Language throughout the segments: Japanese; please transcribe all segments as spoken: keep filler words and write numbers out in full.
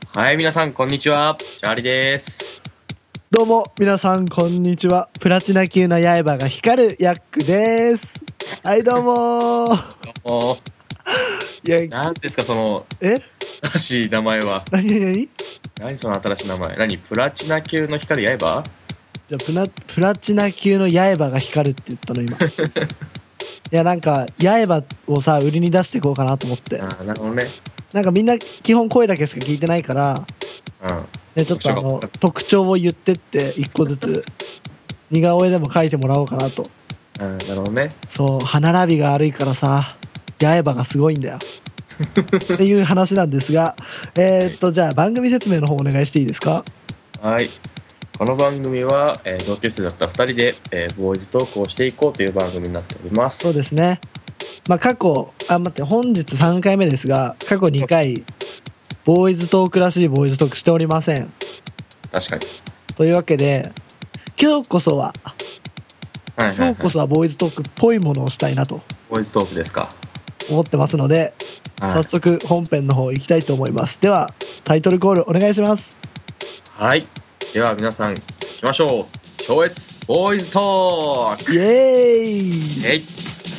はい、皆さんこんにちは。チャーリーです。 どうも皆さんこんにちは。プラチナ級の刃が光るヤックです。はいどうもー。 どうもいや何ですかそのえ新しい名前は。 何何何何その新しい名前。何プラチナ級の光る刃。 じゃあプラプラチナ級の刃が光るって言ったの今。いやなんか刃をさ売りに出していこうかなと思って。 ああなるほどね。 なんかみんな基本声だけしか聞いてないから、 うん。 でちょっとあの特徴を言ってって一個ずつ似顔絵でも描いてもらおうかなと。 ああなるほどね。 そう歯並びが悪いからさ刃がすごいんだよっていう話なんですが、えー、っとじゃあ番組説明の方お願いしていいですか。 はい。この番組は、えー、同級生だったふたりで、えー、ボーイズトークをしていこうという番組になっております。 そうですね。まあ過去あ待って本日さんかいめですが過去にかいボーイズトークらしいボーイズトークしておりません。 確かに。 というわけで今日こそは、 はいはいはい、 今日こそはボーイズトークっぽいものをしたいなとボーイズトークですか。 思ってますので、はい、早速本編の方行きたいと思います。ではタイトルコールお願いします。 はい。では皆さん行きましょう。超越ボーイズトーク。 イエーイ。 えい。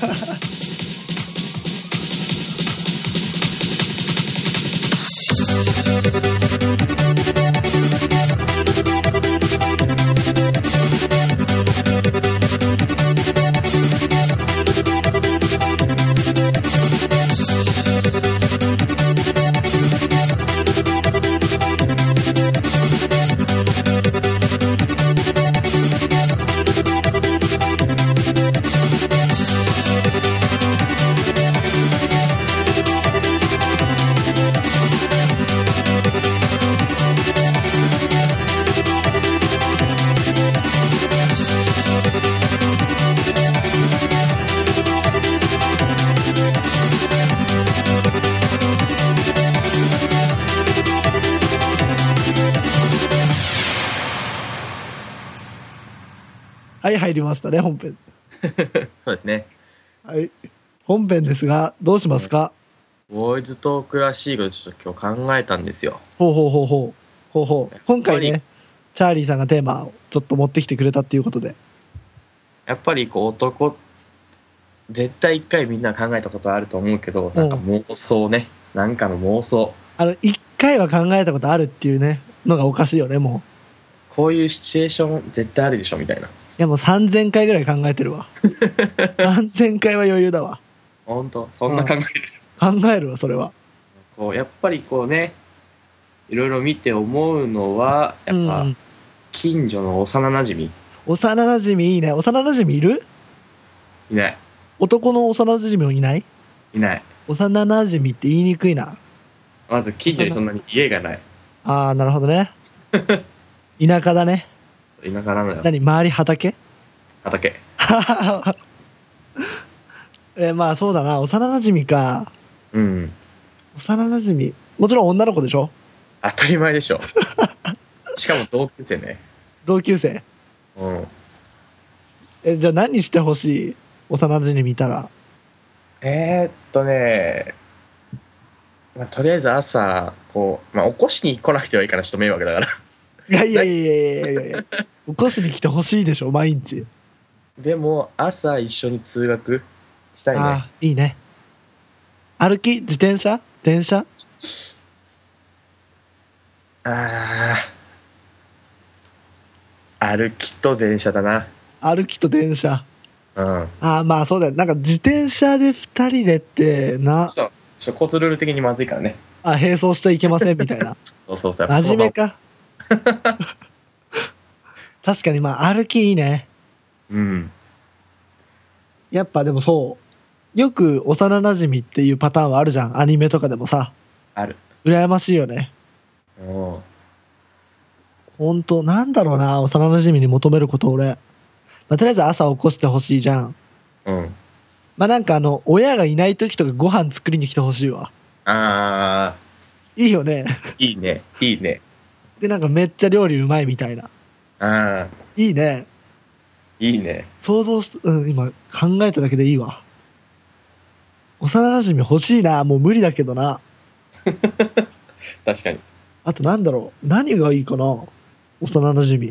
はい入りましたね本編。 そうですね。 はい本編ですがどうしますか。 ボーイズトークらしいことちょっと今日考えたんですよ。 ほうほうほうほうほうほう。今回ねチャーリーさんがテーマをちょっと持ってきてくれたっていうことで、 やっぱりこう男絶対一回みんな考えたことあると思うけど、なんか妄想ね、なんかの妄想。 あの一回は考えたことあるっていうねのがおかしいよね。もうこういうシチュエーション絶対あるでしょみたいな。 いやもうさんぜんかいぐらい考えてるわ。さんぜんかいは余裕だわ。 ほんとそんな考える、 考えるわそれは。 こうやっぱりこうねいろいろ見て思うのはやっぱ、うん、近所の幼なじみ。 幼なじみいいね。幼なじみいる？ いない。 男の幼なじみもいない？ いない。 幼なじみって言いにくいな。 まず近所にそんなに家がない。 ああなるほどね。田舎だね。 田舎なのよ。 何周り畑？ 畑。 えまあそうだな幼なじみか。 うん。 幼なじみもちろん女の子でしょ。 当たり前でしょ。しかも同級生ね。 同級生。 うん。 えじゃあ何してほしい？幼なじみ見たら。 えー、っとね、まあ、とりあえず朝こう、まあ、起こしに来なくてはいいからちょっと迷惑だから。 いやいやいやいやいやいや起こしに来てほしいでしょ毎日。 でも朝一緒に通学したいね。 あいいね。歩き自転車電車。 あー歩きと電車だな。 歩きと電車。 うん。 あまあそうだよ。なんか自転車でふたりでってな。 ちょっと交通ルール的にまずいからね。 あ並走しちゃいけませんみたいな。 そうそうそう。 真面目か。確かにまあ歩きいいね。 うん。 やっぱでもそうよく幼なじみっていうパターンはあるじゃんアニメとかでもさ。 ある。 羨ましいよね。 おほんとなんだろうな幼なじみに求めること俺、まあ、とりあえず朝起こしてほしいじゃん。 うんまあなんかあの親がいない時とかご飯作りに来てほしいわ。 あーいいよね。 いいねいいね。 でなんかめっちゃ料理うまいみたいな。 ああいいね。 いいね。 想像し、うん、今考えただけでいいわ。幼なじみ欲しいな。もう無理だけどな。 確かに。 あとなんだろう、何がいいかな、幼なじみ。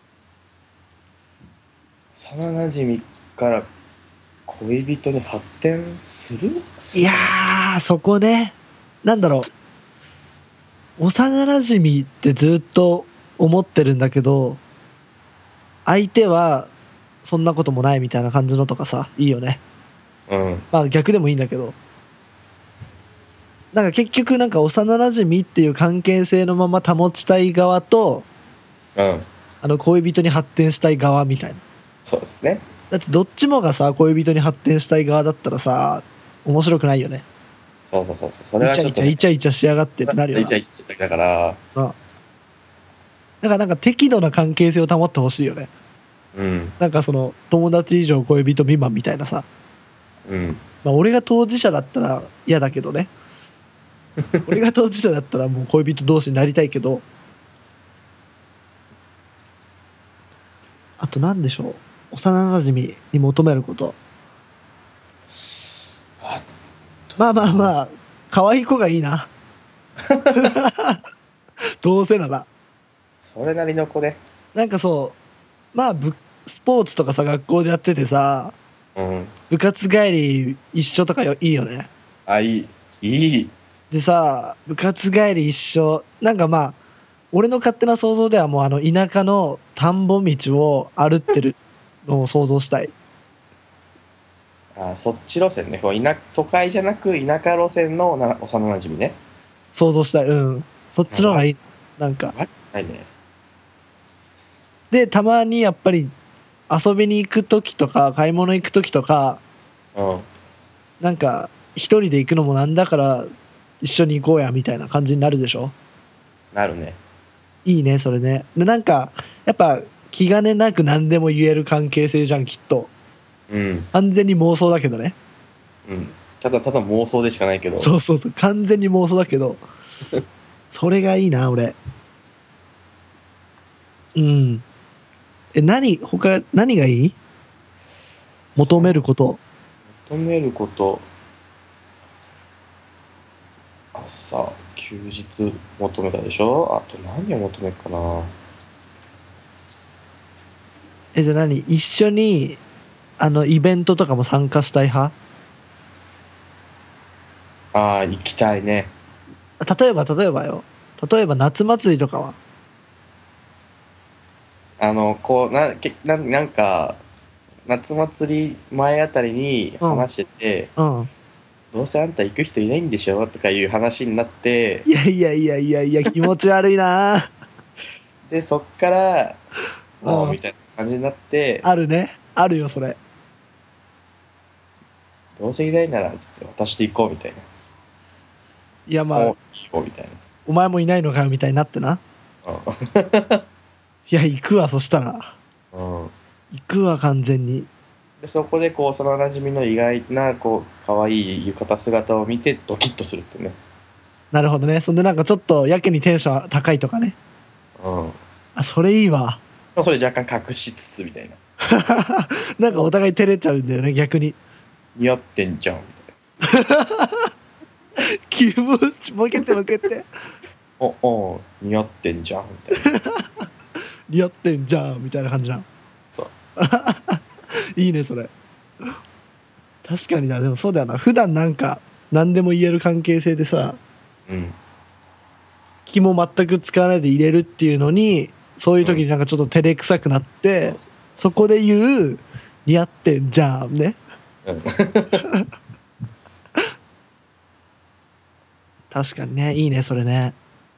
幼なじみから恋人に発展する？ いやー、そこね、なんだろう、幼なじみってずっと思ってるんだけど、相手はそんなこともないみたいな感じのとかさ、いいよね。 うん。 まあ逆でもいいんだけど、なんか結局なんか幼なじみっていう関係性のまま保ちたい側と、 うん。 あの恋人に発展したい側みたいな。 そうですね。 だってどっちもがさ、恋人に発展したい側だったらさ、面白くないよね。 そうそうそうそう。それはイチャちょっと、 イチャイチャイチャしやがってってなるよな。 イチャイチャだから、 ああ、だからなんか適度な関係性を保ってほしいよね。 うん。 なんかその友達以上恋人未満みたいなさ。 うん。 まあ俺が当事者だったら嫌だけどね。俺が当事者だったらもう恋人同士になりたいけど。あとなんでしょう。幼なじみに求めること。 あまあまあまあ、可愛い子がいいな。どうせなら。 それなりの子で。 なんかそう、まあ部スポーツとかさ、学校でやっててさ、 うん。 部活帰り一緒とかよいいよね。 あ、いい。いい。 でさ、部活帰り一緒、なんかまあ俺の勝手な想像ではもうあの田舎の田んぼ道を歩ってるのを想像したい。 あ、そっち路線ね。こう田都会じゃなく田舎路線のな幼なじみね。 想像したい。うん。そっちの方がいい。なんか。 ないね。 で、たまにやっぱり遊びに行く時とか買い物行く時とか、 うん。 なんか一人で行くのもなんだから一緒に行こうやみたいな感じになるでしょ。 なるね。 いいね、それね。で、なんかやっぱ気兼ねなく何でも言える関係性じゃん、きっと。 うん。 完全に妄想だけどね。 うん。ただただ妄想でしかないけど。 そうそうそう、完全に妄想だけど、それがいいな、俺。うん。え、何、他、何がいい？求めること。 求めること。朝、休日求めたでしょ。あと何を求めるかな。 え、じゃあ何、一緒に、あの、イベントとかも参加したい派？ ああ、行きたいね。 例えば、例えばよ。例えば夏祭りとかは？ あの、こう、な、けななんか、夏祭り前あたりに話してて、 うん。 どうせあんた行く人いないんでしょとかいう話になって、 いやいやいやいやいや、気持ち悪いな。 で、そっから、もう、 うんみたいな感じになって、 あるね。あるよ、それ。 どうせいないなら、つって渡していこうみたいな。 いや、まあもう、いいよ、みたいお前もいないのかよみたいになってな。 な。 いや、行くわ、そしたら。 うん。うん。 行くわ、完全に。 で、そこで、こう、幼馴染の意外な、こう、可愛い浴衣姿を見て、ドキッとするってね。 なるほどね。そんでなんかちょっとやけにテンション高いとかね。 うん。 あ、それいいわ。 それ若干隠しつつ、みたいな。 なんかお互い照れちゃうんだよね、逆に。 似合ってんじゃん、みたいな。 気持ち、もう一回やって、もう一回やって。 お、お似合ってんじゃん、みたいな。 似合ってんじゃんみたいな感じなの。 そう。 いいね、それ。確かにな、でもそうだよな。普段なんか何でも言える関係性でさ、 うん。 気も全く使わないで入れるっていうのに、そういう時になんかちょっと照れくさくなって、 そうそうそこで言う似合ってんじゃんね。 うん確かにね、いいね、それね。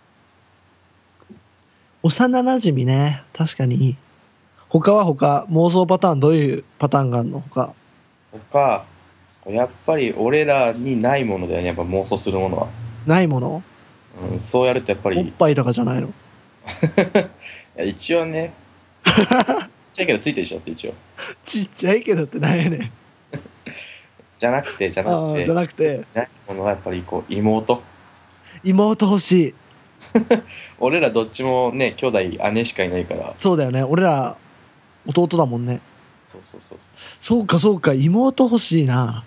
幼なじみね、確かにいい。他は他、妄想パターンどういうパターンがあるの？他。 他、やっぱり俺らにないものだよね、やっぱ妄想するものは。 ないもの？ うん、そうやるとやっぱおっり、 ぱいとかじゃないの？ いや一応ね、ちっちゃいけどついてるでしょって一応。 ちっちゃいけどってないよね。 じゃなくて、じゃなくて、 ああ、じゃなくて、 ないものはやっぱりこう妹。 妹欲しい。 俺らどっちもね、兄弟姉しかいないから。 そうだよね。俺ら、弟だもんね。 そうそうそうそそうか、そうか、妹欲しいな。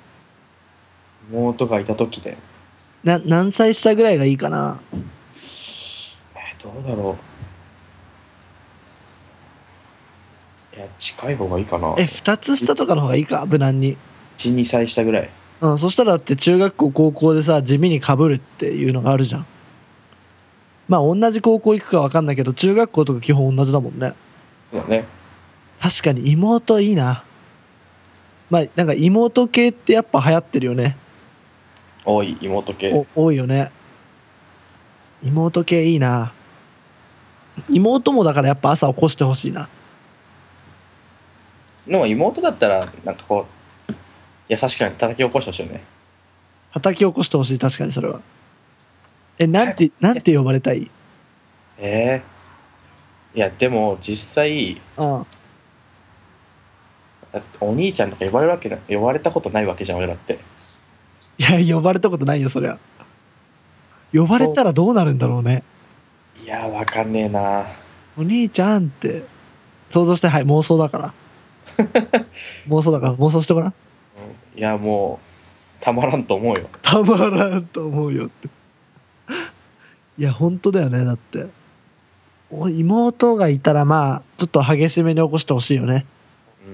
う。妹がいた時で。 な、何歳下ぐらいがいいかな。 どうだろう。いや、近い方がいいかな。 え、ふたつ下とかの方がいいか、無難に。 いち、にさい下ぐらい。 うん、そしたらだって中学校、高校でさ、地味に被るっていうのがあるじゃん。まあ、同じ高校行くか分かんないけど、中学校とか基本同じだもんね。 そうだね。 確かに妹いいな。まあ、なんか妹系ってやっぱ流行ってるよね。 多い、妹系。 お多いよね。妹系いいな。妹もだからやっぱ朝起こしてほしいな。 でも妹だったら、なんかこう、優しく叩き起こしてほしいよね。 叩き起こしてほしい、確かにそれは。え、なんて、なんて呼ばれたい？ えー、いや、でも実際、 うん。 だってお兄ちゃんとか呼ばれるわけな、呼ばれたことないわけじゃん、俺だって。 いや、呼ばれたことないよ、そりゃ。呼ばれたらどうなるんだろうね。 いや、わかんねえな。 お兄ちゃんって想像して、はい、妄想だから妄想だから妄想してごらん。 いや、もうたまらんと思うよ。 たまらんと思うよっていや本当だよね。だってお妹がいたらまあちょっと激しめに起こしてほしいよね。 うん。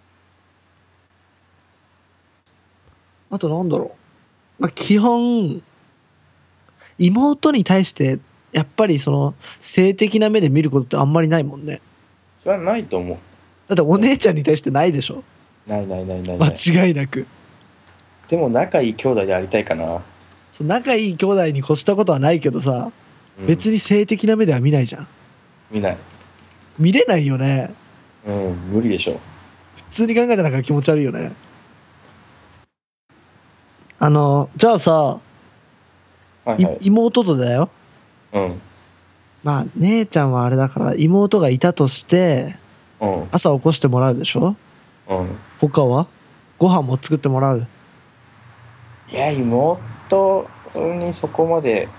あとなんだろう、まあ、基本妹に対してやっぱりその性的な目で見ることってあんまりないもんね。 それはないと思う。 だってお姉ちゃんに対してないでしょ。 ないないないないない。 間違いなく。 でも仲いい兄弟でありたいかな。 そう仲いい兄弟に越したことはないけどさ、 うん、 別に性的な目では見ないじゃん。 見ない。 見れないよね。 うん、無理でしょ。 普通に考えたらなんか気持ち悪いよね。あのじゃあさ、 はいはい、 妹とだよ。 うん。 まあ姉ちゃんはあれだから妹がいたとしてうん。 朝起こしてもらうでしょ。 うん。 他はご飯も作ってもらう？ いや、妹にそこまで。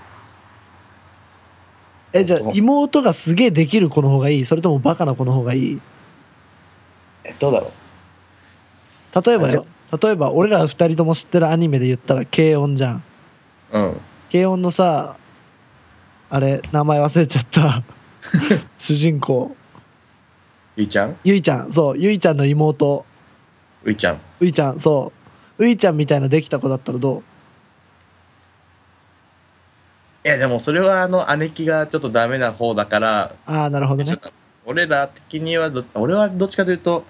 え、じゃあ妹がすげえできる子の方がいい、それともバカな子の方がいい？ え、どうだろう。 例えばよ、例えば俺ら二人とも知ってるアニメで言ったら軽音じゃん。 うん。 軽音のさ、あれ名前忘れちゃった主人公ゆいちゃんゆいちゃん。そう、ゆいちゃんの妹ういちゃん。 ういちゃん。そうういちゃんみたいなできた子だったらどう？ いや、でもそれはあの姉貴がちょっとダメな方だから。 ああ、なるほどね。 俺ら的にはど、俺はどっちかというと、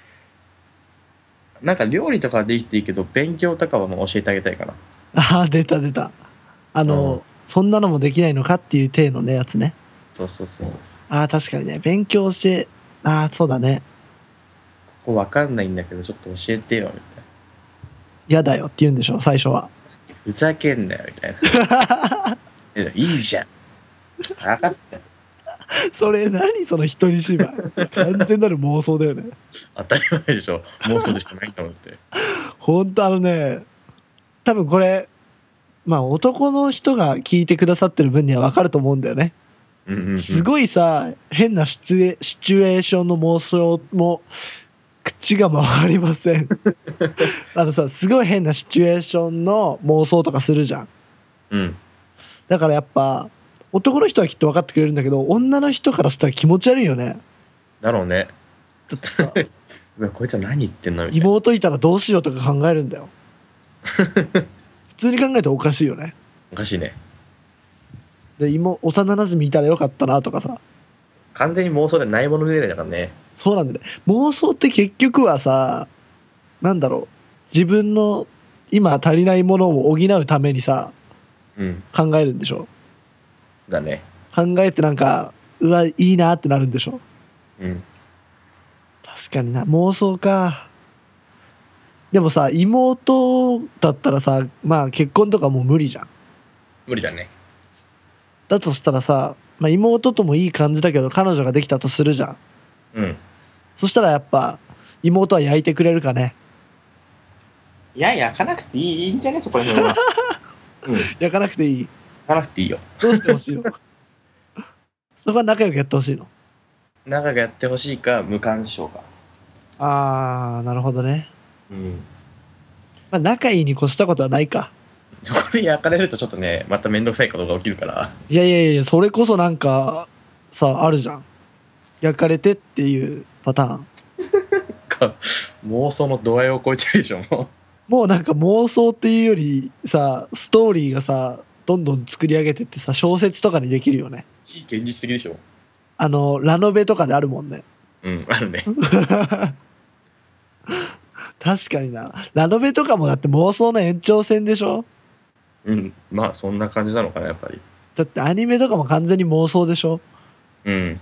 なんか料理とかはできていいけど勉強とかはもう教えてあげたいかな。 ああ、出た出た。あの、うん、そんなのもできないのかっていう体のねやつね。 そうそうそうそう。 ああ、確かにね。勉強して、ああ、そうだね。 ここわかんないんだけどちょっと教えてよみたいな。 嫌だよって言うんでしょ最初は。 ふざけんなよみたいな。いいじゃん。分かった。 それ何その一人芝居。完全なる妄想だよね。 当たり前でしょ。妄想でしかないんだもんって。 ほんとあのね、多分これまあ男の人が聞いてくださってる分には分かると思うんだよね。 うんうんうん、 すごいさ変なシチュエ、シチュエーションの妄想も口が回りませんあのさ、すごい変なシチュエーションの妄想とかするじゃん。 うん。 だからやっぱ男の人はきっと分かってくれるんだけど、女の人からしたら気持ち悪いよね。 だろうね。 だってさこいつは何言ってんのみたいな。 妹いたらどうしようとか考えるんだよ普通に考えておかしいよね。 おかしいね。 で妹幼なじみいたらよかったなとかさ。 完全に妄想でないものねだからね。 そうなんだよね。妄想って結局はさ、なんだろう、自分の今足りないものを補うためにさ、 うん、 考えるんでしょ。 だね。 考えてなんかうわいいなってなるんでしょ。 うん。 確かにな、妄想か。でもさ妹だったらさ、まあ結婚とかもう無理じゃん。 無理だね。 だとしたらさ、まあ、妹ともいい感じだけど彼女ができたとするじゃん。 うん。 そしたらやっぱ妹は焼いてくれるかね。 いや焼かなくていい、いいんじゃねそこら辺は。うん。 焼かなくていい。 焼かなくていいよ。 どうしてほしいのそこは仲良くやってほしいの。 仲がやってほしいか無干渉か。 あーなるほどね。 うん。 まあ仲いいに越したことはないか。 そこで焼かれるとちょっとね、また面倒くさいことが起きるから。 いやいやいや、それこそなんかさあるじゃん、焼かれてっていうパターン。 か妄想の度合いを超えてるでしょ、もう。 もうなんか妄想っていうよりさ、ストーリーがさどんどん作り上げてってさ、小説とかにできるよね。 非現実的でしょ。 あのラノベとかであるもんね。 うんあるね。 確かにな。ラノベとかもだって妄想の延長線でしょ。 うんまあそんな感じなのかなやっぱり。 だってアニメとかも完全に妄想でしょ。 うん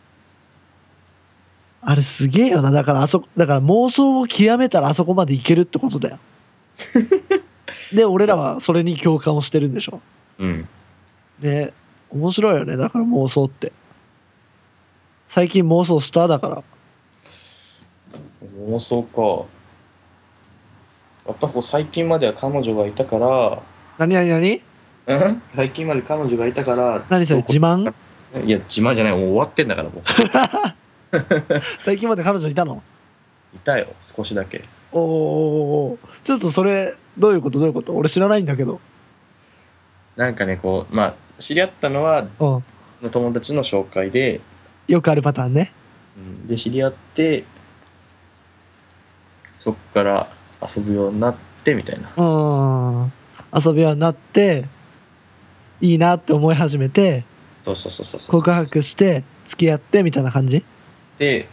あれすげえよな。だからあそだから妄想を極めたらあそこまでいけるってことだよ。で俺らはそれに共感をしてるんでしょ。 うんね、面白いよね。だから妄想って最近妄想スターだから。 妄想か。やっぱこう最近までは彼女がいたから。 何何何うん最近まで彼女がいたから。 何それ自慢？ いや自慢じゃない、もう終わってんだからもう。 最近まで彼女いたの？ いたよ少しだけ。 おーおーおー、ちょっとそれどういうことどういうこと？俺知らないんだけど。 なんかねこうまあ知り合ったのはうん、 友達の紹介で、 よくあるパターンね。 うんで知り合ってそっから遊ぶようになってみたいな。 うん、遊ぶようになっていいなって思い始めてそうそうそうそうそう。 告白して付き合ってみたいな感じで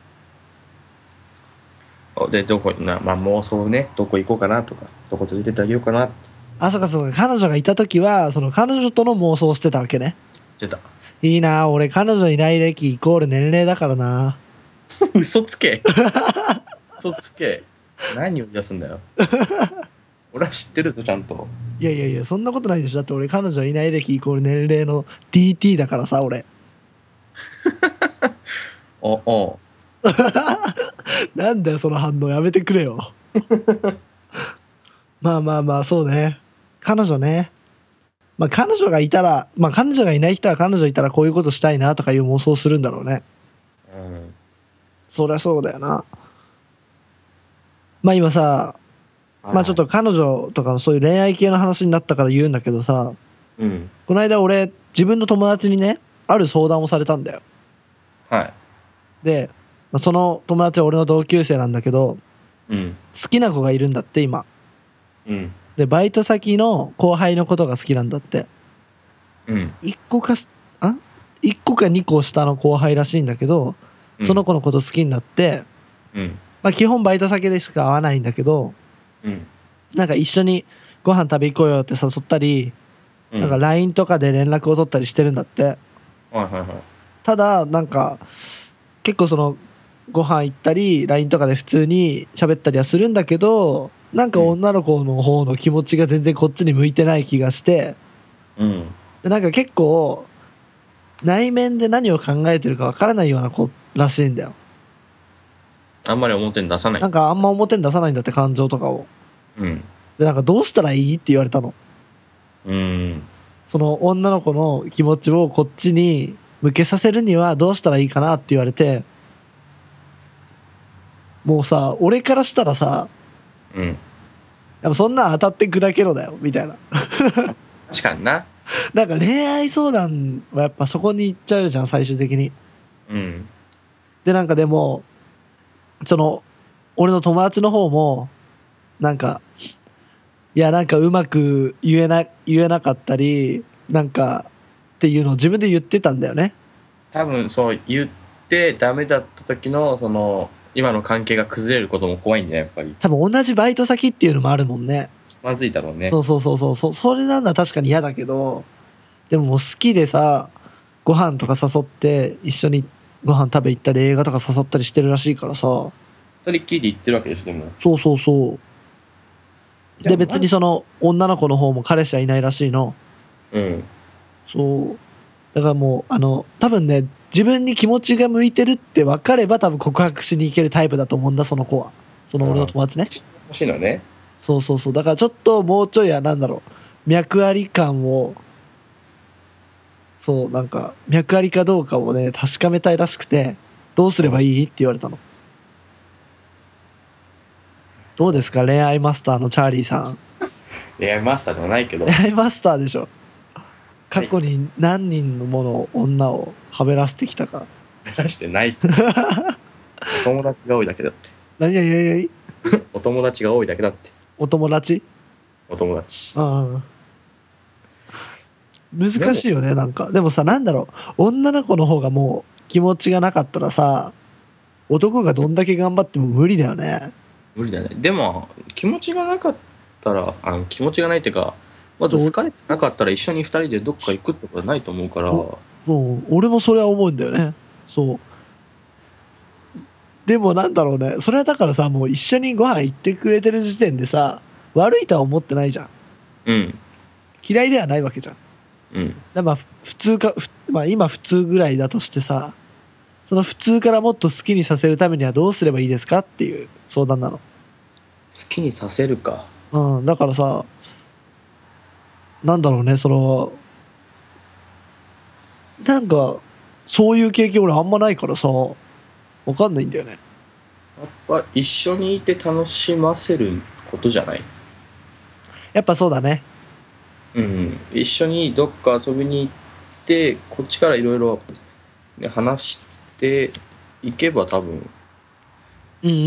でどこな、まあ、妄想ね、どこ行こうかなとかどこ連れてってあげようかなってあ、そうかそうか。彼女がいた時はその彼女との妄想をしてたわけね。 言ってた。 いいな。俺彼女いない歴イコール年齢だからな。 嘘つけ嘘つけ。何を言い出すんだよ。俺は知ってるぞちゃんと。 いやいやいや、そんなことないでしょ。だって俺彼女いない歴イコール年齢の ディーティー だからさ俺。 おおなんだよその反応、やめてくれよ。まあまあまあ、そうね。彼女ね。まあ彼女がいたら、まあ彼女がいない人は彼女いたらこういうことしたいなとかいう妄想するんだろうね。 うんそりゃそうだよな。まあ今さ、まあちょっと彼女とかのそういう恋愛系の話になったから言うんだけどさ、 うんこの間俺自分の友達にね、ある相談をされたんだよ。 はいで、まあその友達は俺の同級生なんだけど、 うん好きな子がいるんだって今。 うんでバイト先の後輩のことが好きなんだって。 うんいっこかあいっこかにこ下の後輩らしいんだけど、その子のこと好きになって、 うんまあ基本バイト先でしか会わないんだけど、 うんなんか一緒にご飯食べ行こうよって誘ったり、 うんなんか ライン とかで連絡を取ったりしてるんだって。 はいはいはいただなんか結構そのご飯行ったり ライン とかで普通に喋ったりはするんだけど、なんか女の子の方の気持ちが全然こっちに向いてない気がして、 うんでなんか結構内面で何を考えてるかわからないような子らしいんだよ。 あんまり表に出さない。 なんかあんま表に出さないんだって、感情とかを。 うんでなんかどうしたらいいって言われたの。 うんその女の子の気持ちをこっちに向けさせるにはどうしたらいいかなって言われて、もうさ俺からしたらさ、 うんやっぱそんなん当たって砕けろだよみたいな。 確かにな。 なんか恋愛相談はやっぱそこに行っちゃうじゃん最終的に。 うんでなんかでもその俺の友達の方もなんかいやなんかうまく言えな言えなかったりなんかっていうのを自分で言ってたんだよね。 多分そう言ってダメだった時のその今の関係が崩れることも怖いんじゃないやっぱり。 多分同じバイト先っていうのもあるもんね。 まずいだろうね。 そうそうそうそうそそれなんだ確かに嫌だけど、でももう好きでさご飯とか誘って一緒にご飯食べ行ったり映画とか誘ったりしてるらしいからさ。 一人っきりで言ってるわけでしょでも。 そうそうそう。で別にその女の子の方も彼氏はいないらしいの。 うんそうだからもうあの多分ね自分に気持ちが向いてるって分かれば多分告白しに行けるタイプだと思うんだその子は。その俺の友達ね。 欲しいのね。 そうそうそう。だからちょっともうちょいはなんだろう脈あり感を、そうなんか脈ありかどうかをね確かめたいらしくて、どうすればいいって言われたの。どうですか恋愛マスターのチャーリーさん。 恋愛マスターではないけど恋愛マスターでしょ。過去に何人のもの女をはべらせてきたか。 目指してないってお友達が多いだけだって何やいやいやいお友達が多いだけだってお友達お友達ああ難しいよね。なんかでもさ、なんだろう、女の子の方がもう気持ちがなかったらさ、男がどんだけ頑張っても無理だよね。 無理だね。でも気持ちがなかったらあの気持ちがないっていうか、まず好かれてなかったら一緒に二人でどっか行くってことはないと思うから。 そう俺もそれは思うんだよね。そうでもなんだろうね、それはだからさ、もう一緒にご飯行ってくれてる時点でさ、悪いとは思ってないじゃん。 うん嫌いではないわけじゃん。 うんだからまあ普通か、まあ、今普通ぐらいだとしてさ、その普通からもっと好きにさせるためにはどうすればいいですかっていう相談なの。 好きにさせるか。 うん、だからさ、なんだろうね、そのなんかそういう経験俺あんまないからさ、わかんないんだよね。 やっぱ一緒にいて楽しませることじゃない。 やっぱそうだね。 うん、一緒にどっか遊びに行ってこっちからいろいろ話していけば多分うんうんうん。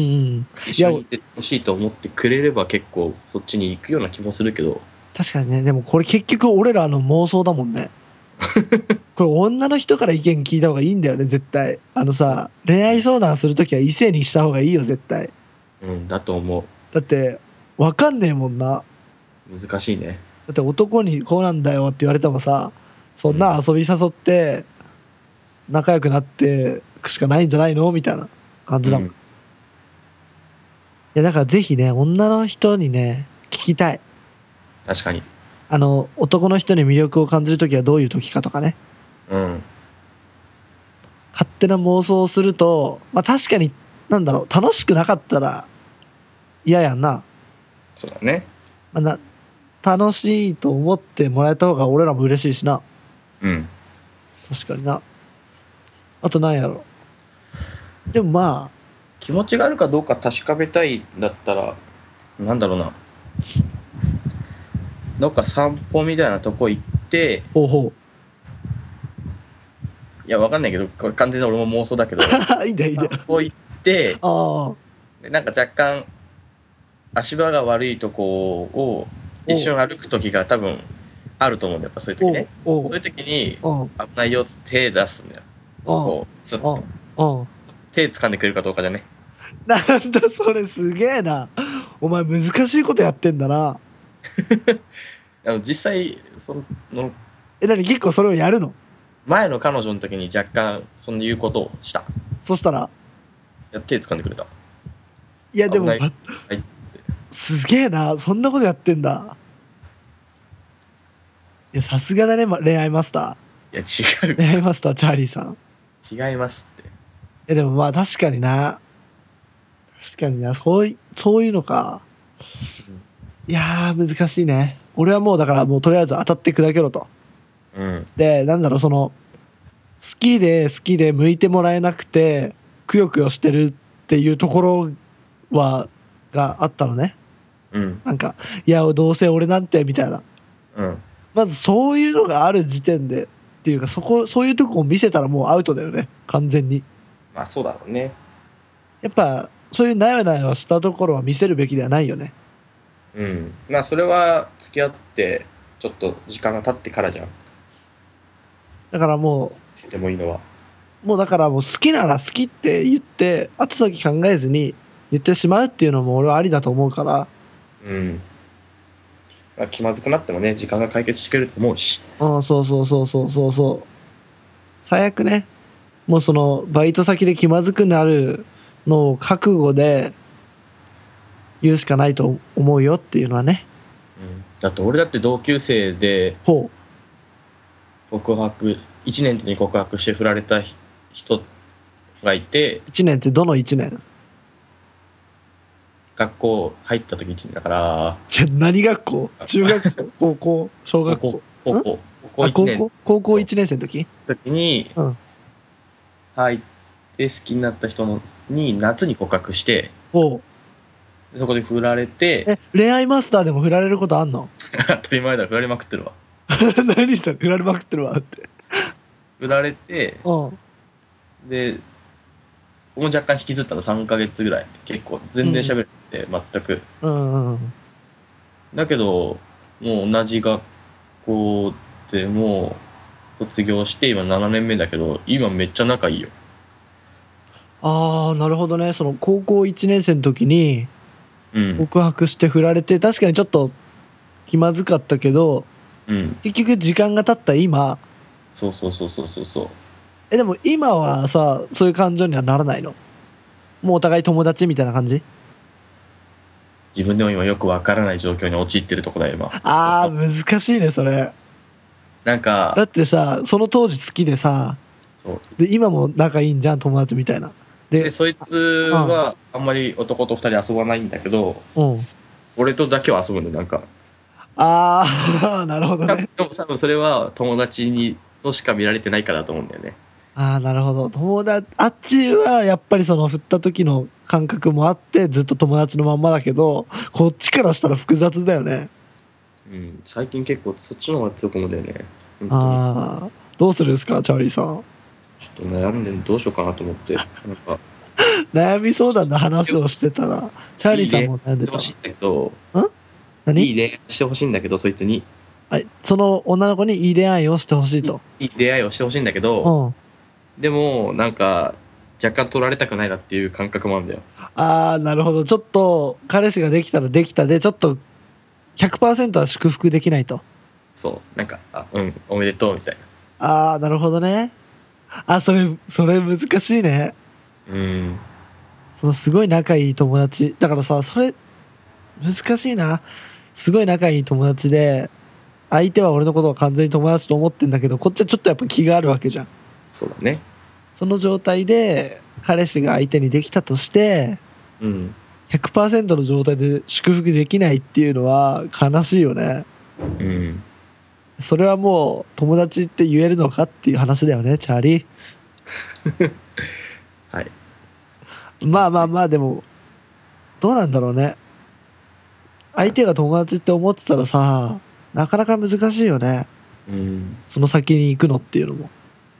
一緒にいてほしいと思ってくれれば結構そっちに行くような気もするけど。 確かにね。でもこれ結局俺らの妄想だもんね。これ女の人から意見聞いた方がいいんだよね、絶対。あのさ、恋愛相談するときは異性にした方がいいよ、絶対。 うんだと思う。 だって分かんねえもんな。 難しいね。 だって男にこうなんだよって言われてもさ、そんな遊び誘って仲良くなってくしかないんじゃないのみたいな感じだもん。 うんいやだからぜひね、女の人にね聞きたい。 確かに。 あの男の人に魅力を感じるときはどういう時かとかね。 うん勝手な妄想をすると、まあ確かになんだろう、楽しくなかったら嫌やんな。 そうだね。 まあ、な楽しいと思ってもらえた方が俺らも嬉しいしな。 うん確かにな。あとなんやろ。でもまあ気持ちがあるかどうか確かめたいんだったらなんだろうな、どっか散歩みたいなとこ行って、 ほうほいやわかんないけどこれ完全に俺も妄想だけどういいんだいいんだ散歩行ってああでなんか若干足場が悪いとこを一緒に歩く時が多分あると思うんだよ。やっぱそういう時ね。 おうおうそういう時におう危ないよって手出すんだよ。 おうこうスッとおう手掴んでくれるかどうかじゃね。 なんだそれ、すげえな。お前難しいことやってんだな。 あの実際そのえ、なに結構それをやるの？ 前の彼女の時に若干そういうことをした。 そしたらいや手掴んでくれた。 いやでも危ないばはいっつって。 すげえな、そんなことやってんだ。いやさすがだね、ま恋愛マスタいやー。 違う恋愛マスターチャーリーさん。 違いますって。 いやでもまあ確かにな。確かにな、そういそういうのか。いやー難しいね。俺はもうだからもうとりあえず当たって砕けろと。 うんでなんだろう、その好きで好きで向いてもらえなくてくよくよしてるっていうところはがあったのね。 うんなんかいやどうせ俺なんてみたいな。 うんまずそういうのがある時点でっていうか、そこそういうとこを見せたらもうアウトだよね、完全に。 まあそうだろうね。 やっぱそういうなよなよしたところは見せるべきではないよね。 うんまあそれは付き合ってちょっと時間が経ってからじゃん。 だからもしてもいいのは。 うもうだからもう好きなら好きって言って後先考えずに言ってしまうっていうのも俺はありだと思うから。 うんまあ、気まずくなってもね時間が解決してくれると思うし。 うん、そうそうそうそうそうそう。最悪ね、もうそのバイト先で気まずくなるのを覚悟で言うしかないと思うよっていうのはね。 うん、だって俺だって同級生でほ告白いちねんに告白して振られた人がいて、 ういちねんってどのいちねん？ 学校入った時いちねんだから。 じゃ何学校？中学校高校小学校高校高校あいちねん高校高校いちねん生の時時にうん入って好きになった人のに夏に告白して、 おうそこで振られて、 え、恋愛マスターでも振られることあんの？ 当たり前だ、振られまくってるわ。 何したら振られまくってるわって。 振られて、 うん。 で、僕も若干引きずったのさんかげつぐらい。結構、全然喋れて、全く。 うんうん。 だけど、もう同じ学校でもう卒業して今ななねんめだけど、今めっちゃ仲いいよ。 ああ、なるほどね。その高校いちねん生の時にうん。 告白して振られて、確かにちょっと気まずかったけど、 うん。 結局時間が経った今、 そうそうそうそうそうそう。 え、でも今はさ、そういう感情にはならないの？もうお互い友達みたいな感じ？ 自分でも今よくわからない状況に陥ってるとこだよ、今。 ああ、難しいね、それ。 なんか、 だってさ、その当時好きでさ、 そう。 で、今も仲いいんじゃん、友達みたいな。で、 で、そいつはあんまり男と二人遊ばないんだけど、 うん。 俺とだけは遊ぶんだよ、なんか。 ああ、なるほど多分ね。 でも多分それは友達にとしか見られてないからだと思うんだよね。 ああ、なるほど。友達、あっちはやっぱりその振った時の感覚もあって、ずっと友達のまんまだけど、こっちからしたら複雑だよね。 うん、最近結構そっちの方が強く思うんだよね。本当に。 ああ、どうするんですか、チャーリーさん。 ちょっと悩んでどうしようかなと思って。なんか、 悩み相談の話をしてたら、チャーリーさんも悩んでた。 してほしいんだけど、 ん何いい恋愛してほしいんだけど、そいつに。 はい、その女の子にいい恋愛をしてほしいと。 いい出会いをしてほしいんだけど、 うん。 でも、なんか、若干取られたくないなっていう感覚もあるんだよ。 ああ、なるほど。ちょっと、彼氏ができたらできたで、ちょっと、ひゃくパーセントは祝福できないと。 そう。なんか、あ、うん、おめでとうみたいああ、なるほどね。あ、それ、それ難しいね。 な。うん。 そのすごい仲いい友達。だからさ、それ、難しいな。すごい仲いい友達で、相手は俺のことを完全に友達と思ってんだけど、こっちはちょっとやっぱ気があるわけじゃん。 そうだね。 その状態で、彼氏が相手にできたとして、 うん。 ひゃくパーセントの状態で祝福できないっていうのは悲しいよね。 うん。 それはもう友達って言えるのかっていう話だよね、チャーリー。 はい。 まあまあまあ、でも、どうなんだろうね。相手が友達って思ってたらさ、なかなか難しいよね。 うん。 その先に行くのっていうのも。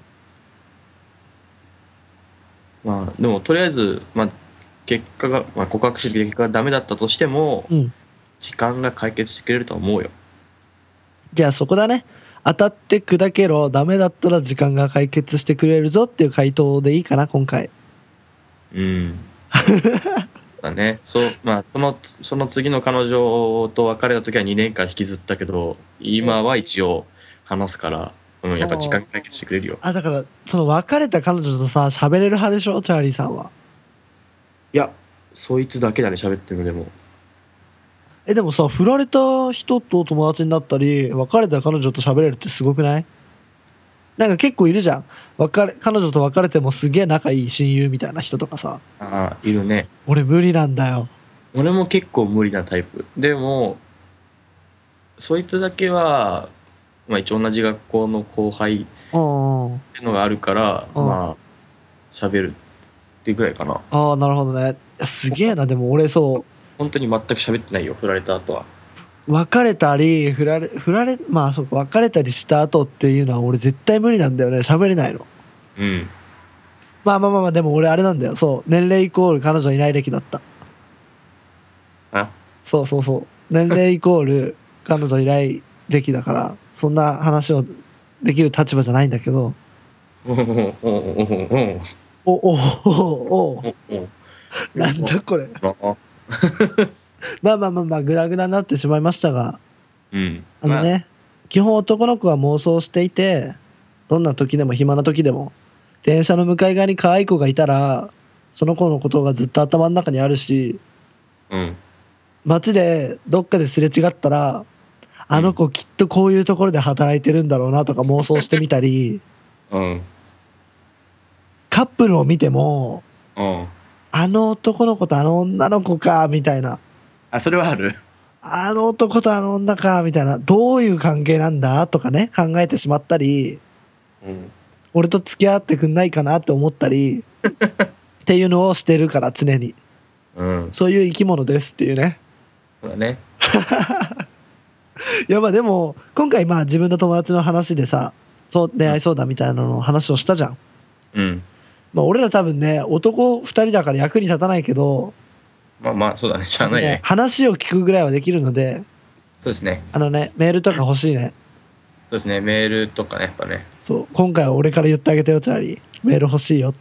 まあ、でも、とりあえず、まあ、結果が、まあ、告白して結果がダメだったとしても、 うん。 時間が解決してくれると思うよ。 じゃあそこだね。当たって砕けろ、ダメだったら時間が解決してくれるぞっていう回答でいいかな、今回。 うん。そうだね。そう、まあ、その、その次の彼女と別れた時はにねんかん引きずったけど、今は一応話すから、うん、やっぱ時間解決してくれるよ。 あ、だから、その別れた彼女とさ、喋れる派でしょ、チャーリーさんは。 いや、そいつだけだね、喋ってるのでも。 え、でもさ、振られた人と友達になったり、別れた彼女と喋れるってすごくない？なんか結構いるじゃん。別れ、彼女と別れてもすげえ仲いい親友みたいな人とかさ。 ああ、いるね。 俺無理なんだよ。 俺も結構無理なタイプ。でも、そいつだけは、まあ一応同じ学校の後輩っうんうん。 ていうのがあるから、 うんまあ、喋るっていうぐらいかな。 ああ、なるほどね。すげえな、でも俺そう、 本当に全く喋ってないよ、振られた後は。 別れたり、振られ、振られ、まあそうか、別れたりした後っていうのは俺絶対無理なんだよね。喋れないの。 うん。 まあまあまあまあ、でも俺あれなんだよ。そう、年齢イコール彼女いない歴だった。 あそうそうそう。年齢イコール彼女いない歴だから、そんな話をできる立場じゃないんだけど、 おおおおおおお、お、お、お、 おおなんだこれ。 おまあまあまあまあ、グダグダになってしまいましたが、 うん。 あのね、基本男の子は妄想していて、どんな時でも暇な時でも、電車の向かい側に可愛い子がいたら、その子のことがずっと頭の中にあるし、 まあ、うん。 街でどっかですれ違ったら、あの子きっとこういうところで働いてるんだろうなとか妄想してみたり、 うん。 カップルを見ても、 うん。 あの男の子とあの女の子か、みたいな。 あ、それはある。 あの男とあの女か、みたいな。どういう関係なんだとかね、考えてしまったり、 うん。 俺と付き合ってくんないかなって思ったりっていうのをしてるから常に。 うん。 そういう生き物ですっていうね。 そうだね。 いやまあでも今回まあ自分の友達の話でさ、そう恋愛相談みたいなのの話をしたじゃん。 うん。 まあ俺ら多分ね男ふたりだから役に立たないけど、 まあまあそうだね。しゃあないね。 ね話を聞くぐらいはできるので、 そうですね。 あのねメールとか欲しいね。 そうですね。メールとかね、やっぱね。 そう今回は俺から言ってあげてよチャーリー、メール欲しいよって。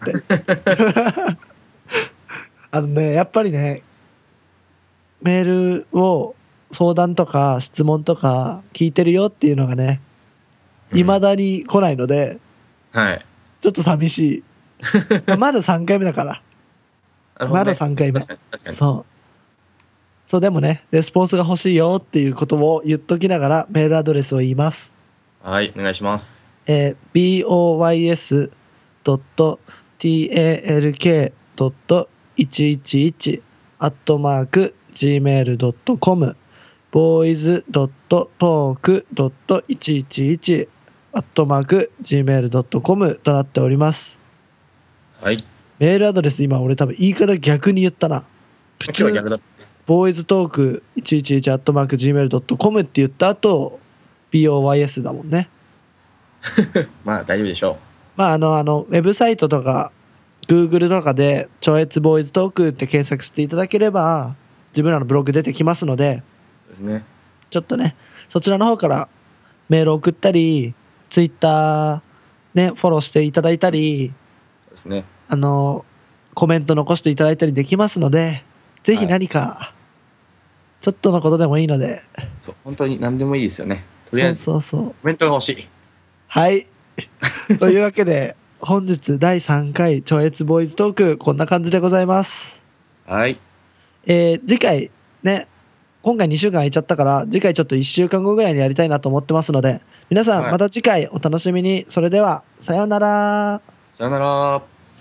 あのねやっぱりねメールを相談とか質問とか聞いてるよっていうのがねうん未だに来ないので、 はい。 ちょっと寂しい。まださんかいめだからなるほどねまださんかいめ。 確かに、確かに。 そうそうでもねレスポンスが欲しいよっていうことを言っときながらメールアドレスを言います。 はい、お願いします。 えー、ビーオーワイエスドットタルケードットいちいちいち アットマーク ジーメールドットコム ボーイズドットトークドットいちいちいち アットマーク ジーメールドットコム となっております。 はい。 メールアドレス今俺多分言い方逆に言ったな。普今日は逆だ。 ボーイズトークいちいちいち アットマーク ジーメールドットコム って言った後 ビーオーワイエス だもんね。 まあ大丈夫でしょまああのあのウェブサイトとか Google とかで超越ボーイズトークって検索していただければ自分らのブログ出てきますので、 う。ですね。 ちょっとねそちらの方からメール送ったり Twitter ねフォローしていただいたり、 そうですね。 あのコメント残していただいたりできますので、ぜひ何かちょっとのことでもいいので、 そう、本当に何でもいいですよね。とりあえず、 そうそうそうコメントが欲しい。 はいというわけで本日だいさんかい超越ボーイズトークこんな感じでございます。 はい。 えー次回ね今回にしゅうかん空いちゃったから次回ちょっといっしゅうかんごぐらいにやりたいなと思ってますので、皆さんはいまた次回お楽しみに。それではさようなら。 さよなら。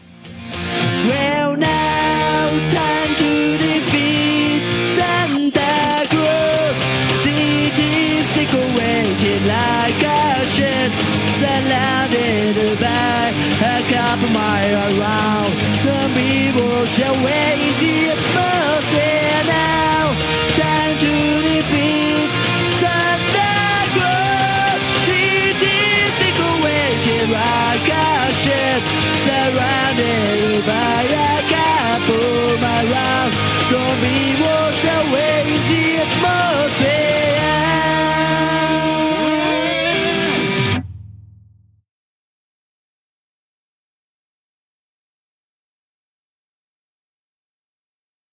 Well now time to defeat Santa Claus. Cities decorated like a shed, surrounded by a couple mile around. The people shall wait in the